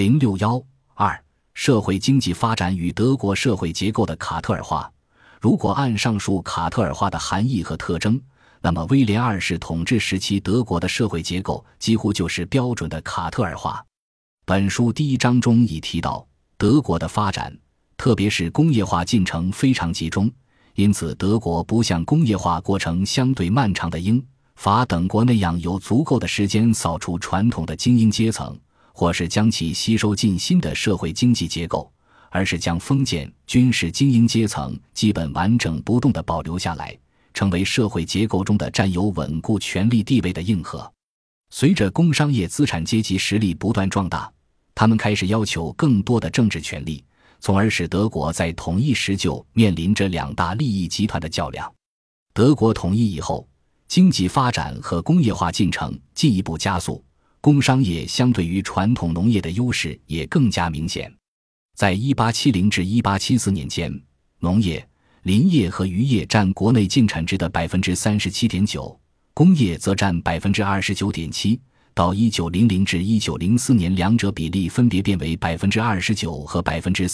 2. 社会经济发展与德国社会结构的卡特尔化。如果按上述卡特尔化的含义和特征，那么威廉二世统治时期德国的社会结构几乎就是标准的卡特尔化。本书第1章中已提到，德国的发展，特别是工业化进程非常集中，因此德国不像工业化过程相对漫长的英、法等国那样有足够的时间扫除传统的精英阶层，或是将其吸收进新的社会经济结构，而是将封建军事精英阶层基本完整不动地保留下来，成为社会结构中的占有稳固权力地位的硬核。随着工商业资产阶级实力不断壮大，他们开始要求更多的政治权利，从而使德国在统一时就面临着2大利益集团的较量。德国统一以后，经济发展和工业化进程进一步加速，工商业相对于传统农业的优势也更加明显。在1870至1874年间，农业、林业和渔业占国内净产值的 37.9%， 工业则占 29.7%， 到1900至1904年两者比例分别变为 29% 和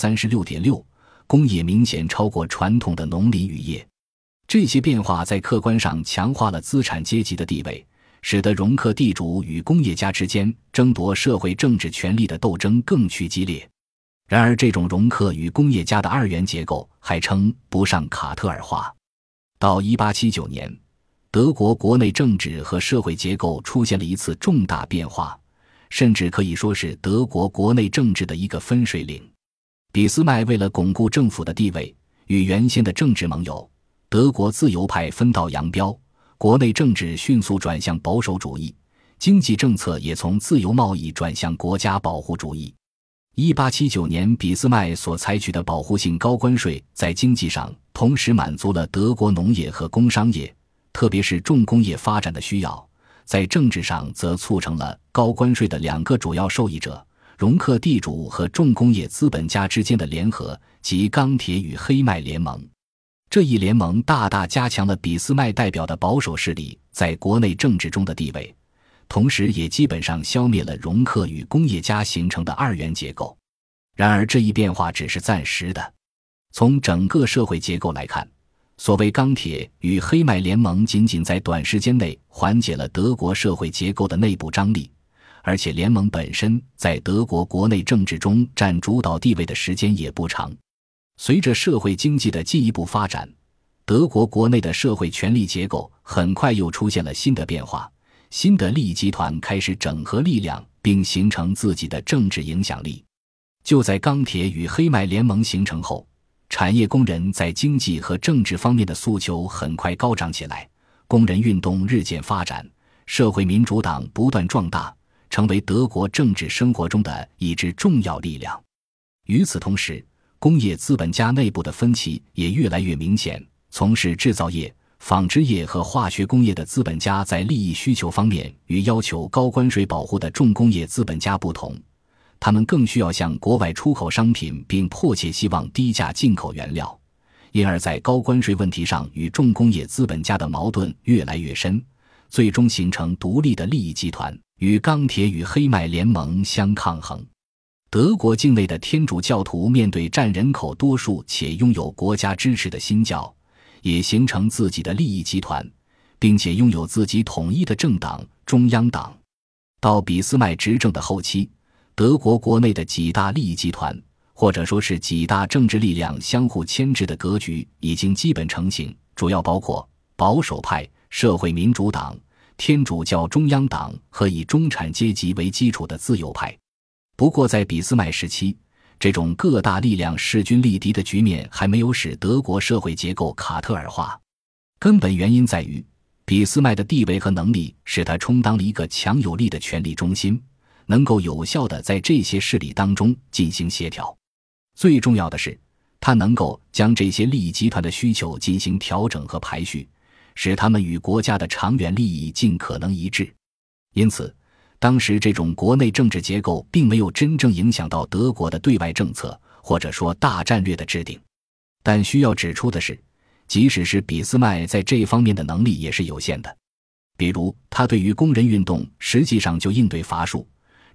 36.6%， 工业明显超过传统的农林渔业。这些变化在客观上强化了资产阶级的地位，使得容克地主与工业家之间争夺社会政治权力的斗争更趋激烈。然而这种容克与工业家的二元结构还称不上卡特尔化。到1879年，德国国内政治和社会结构出现了一次重大变化，甚至可以说是德国国内政治的一个分水岭。俾斯麦为了巩固政府的地位，与原先的政治盟友德国自由派分道扬镳，国内政治迅速转向保守主义，经济政策也从自由贸易转向国家保护主义。1879年俾斯麦所采取的保护性高关税在经济上同时满足了德国农业和工商业，特别是重工业发展的需要，在政治上则促成了高关税的2个主要受益者容克地主和重工业资本家之间的联合，即钢铁与黑麦联盟。这一联盟大大加强了俾斯麦代表的保守势力在国内政治中的地位，同时也基本上消灭了容克与工业家形成的二元结构。然而这一变化只是暂时的。从整个社会结构来看，所谓钢铁与黑麦联盟仅仅在短时间内缓解了德国社会结构的内部张力，而且联盟本身在德国国内政治中占主导地位的时间也不长。随着社会经济的进一步发展，德国国内的社会权力结构很快又出现了新的变化，新的利益集团开始整合力量并形成自己的政治影响力。就在钢铁与黑麦联盟形成后，产业工人在经济和政治方面的诉求很快高涨起来，工人运动日渐发展，社会民主党不断壮大，成为德国政治生活中的一支重要力量。与此同时，工业资本家内部的分歧也越来越明显，从事制造业、纺织业和化学工业的资本家在利益需求方面与要求高关税保护的重工业资本家不同，他们更需要向国外出口商品，并迫切希望低价进口原料，因而在高关税问题上与重工业资本家的矛盾越来越深，最终形成独立的利益集团，与钢铁与黑麦联盟相抗衡。德国境内的天主教徒面对占人口多数且拥有国家支持的新教，也形成自己的利益集团，并且拥有自己统一的政党中央党。到俾斯麦执政的后期，德国国内的几大利益集团，或者说是几大政治力量相互牵制的格局已经基本成型，主要包括保守派、社会民主党、天主教中央党和以中产阶级为基础的自由派。不过在俾斯麦时期，这种各大力量势均力敌的局面还没有使德国社会结构卡特尔化。根本原因在于俾斯麦的地位和能力使他充当了一个强有力的权力中心，能够有效地在这些势力当中进行协调。最重要的是，他能够将这些利益集团的需求进行调整和排序，使他们与国家的长远利益尽可能一致。因此当时这种国内政治结构并没有真正影响到德国的对外政策，或者说大战略的制定。但需要指出的是，即使是俾斯麦在这方面的能力也是有限的。比如他对于工人运动实际上就应对乏术，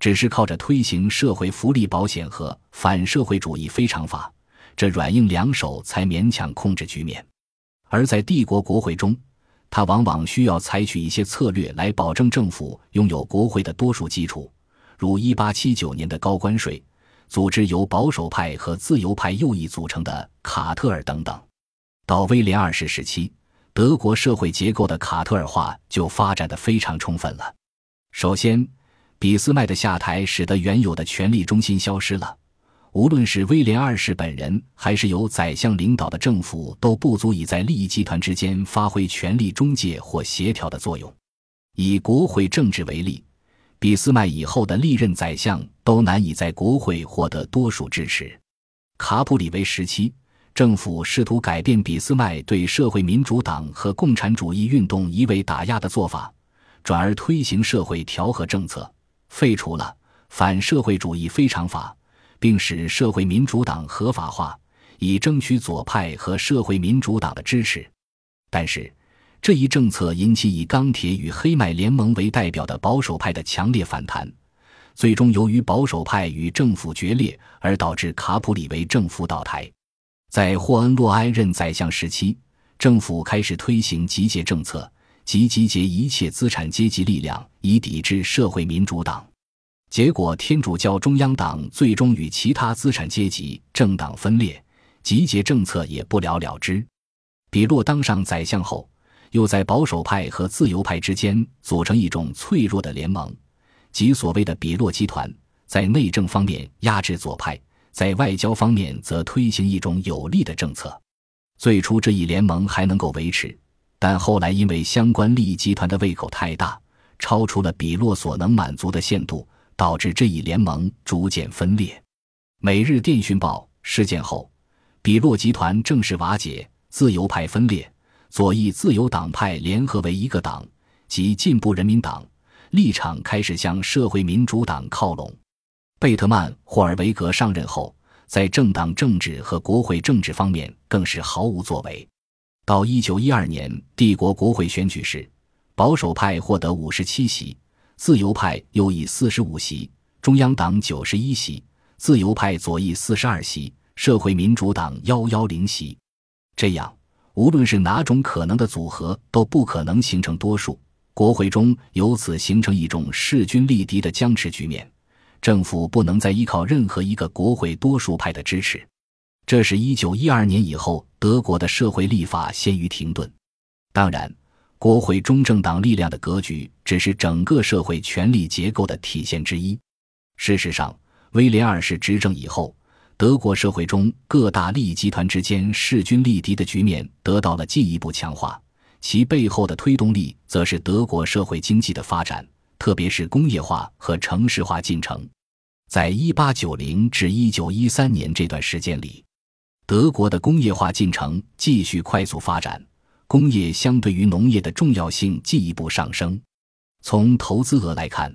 只是靠着推行社会福利保险和反社会主义非常法，这软硬两手才勉强控制局面。而在帝国国会中，他往往需要采取一些策略来保证政府拥有国会的多数基础，如1879年的高关税，组织由保守派和自由派右翼组成的卡特尔等等。到威廉二世时期，德国社会结构的卡特尔化就发展得非常充分了。首先，俾斯麦的下台使得原有的权力中心消失了，无论是威廉二世本人还是由宰相领导的政府都不足以在利益集团之间发挥权力中介或协调的作用。以国会政治为例，俾斯麦以后的历任宰相都难以在国会获得多数支持。卡普里维时期，政府试图改变俾斯麦对社会民主党和共产主义运动一味打压的做法，转而推行社会调和政策，废除了反社会主义非常法，并使社会民主党合法化，以争取左派和社会民主党的支持。但是这一政策引起以钢铁与黑麦联盟为代表的保守派的强烈反弹，最终由于保守派与政府决裂而导致卡普里维政府倒台。在霍恩洛埃任宰相时期，政府开始推行集结政策，即集结一切资产阶级力量以抵制社会民主党。结果天主教中央党最终与其他资产阶级政党分裂，集结政策也不了了之。比洛当上宰相后，又在保守派和自由派之间组成一种脆弱的联盟，即所谓的比洛集团，在内政方面压制左派，在外交方面则推行一种有利的政策。最初这一联盟还能够维持，但后来因为相关利益集团的胃口太大，超出了比洛所能满足的限度，导致这一联盟逐渐分裂。每日电讯报事件后，比洛集团正式瓦解，自由派分裂，左翼自由党派联合为一个党，即进步人民党，立场开始向社会民主党靠拢。贝特曼·霍尔维格上任后，在政党政治和国会政治方面更是毫无作为。到1912年帝国国会选举时，保守派获得57席，自由派右翼45席，中央党91席，自由派左翼42席，社会民主党110席。这样无论是哪种可能的组合都不可能形成多数，国会中由此形成一种势均力敌的僵持局面，政府不能再依靠任何一个国会多数派的支持。这使1912年以后德国的社会立法陷于停顿。当然，国会中政党力量的格局只是整个社会权力结构的体现之一。事实上，威廉二世执政以后，德国社会中各大利益集团之间势均力敌的局面得到了进一步强化，其背后的推动力则是德国社会经济的发展，特别是工业化和城市化进程。在1890至1913年这段时间里，德国的工业化进程继续快速发展，工业相对于农业的重要性进一步上升。从投资额来看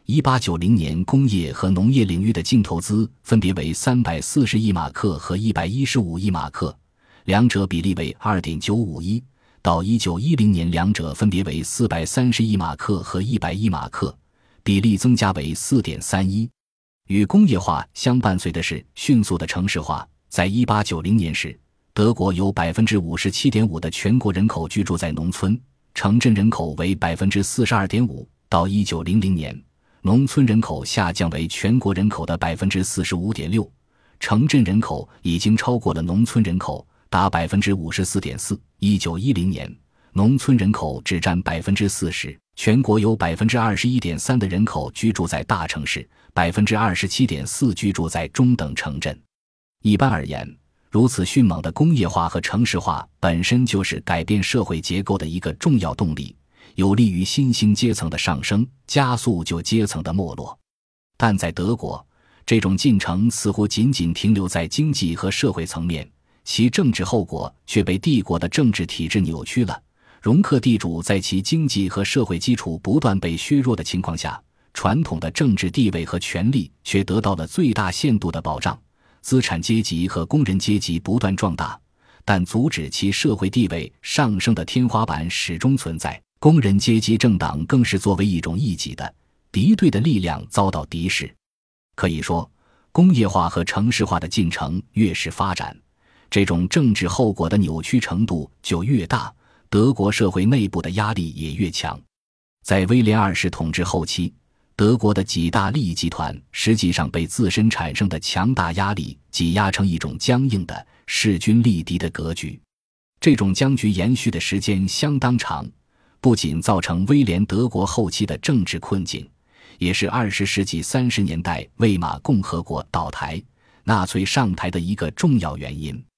，1890年工业和农业领域的净投资分别为340亿马克和115亿马克，两者比例为 2.951， 到1910年两者分别为430亿马克和100亿马克，比例增加为 4.31。 与工业化相伴随的是迅速的城市化。在1890年时，德国有 57.5% 的全国人口居住在农村，城镇人口为 42.5%， 到1900年，农村人口下降为全国人口的 45.6%， 城镇人口已经超过了农村人口，达 54.4%。 1910年，农村人口只占 40%， 全国有 21.3% 的人口居住在大城市， 27.4% 居住在中等城镇。一般而言，如此迅猛的工业化和城市化本身就是改变社会结构的一个重要动力，有利于新兴阶层的上升，加速旧阶层的没落。但在德国，这种进程似乎仅仅停留在经济和社会层面，其政治后果却被帝国的政治体制扭曲了。容克地主在其经济和社会基础不断被削弱的情况下，传统的政治地位和权力却得到了最大限度的保障。资产阶级和工人阶级不断壮大，但阻止其社会地位上升的天花板始终存在。工人阶级政党更是作为一种异己的敌对的力量遭到敌视。可以说，工业化和城市化的进程越是发展，这种政治后果的扭曲程度就越大，德国社会内部的压力也越强。在威廉二世统治后期，德国的几大利益集团实际上被自身产生的强大压力挤压成一种僵硬的势均力敌的格局。这种僵局延续的时间相当长，不仅造成威廉德国后期的政治困境，也是20世纪30年代魏玛共和国倒台、纳粹上台的一个重要原因。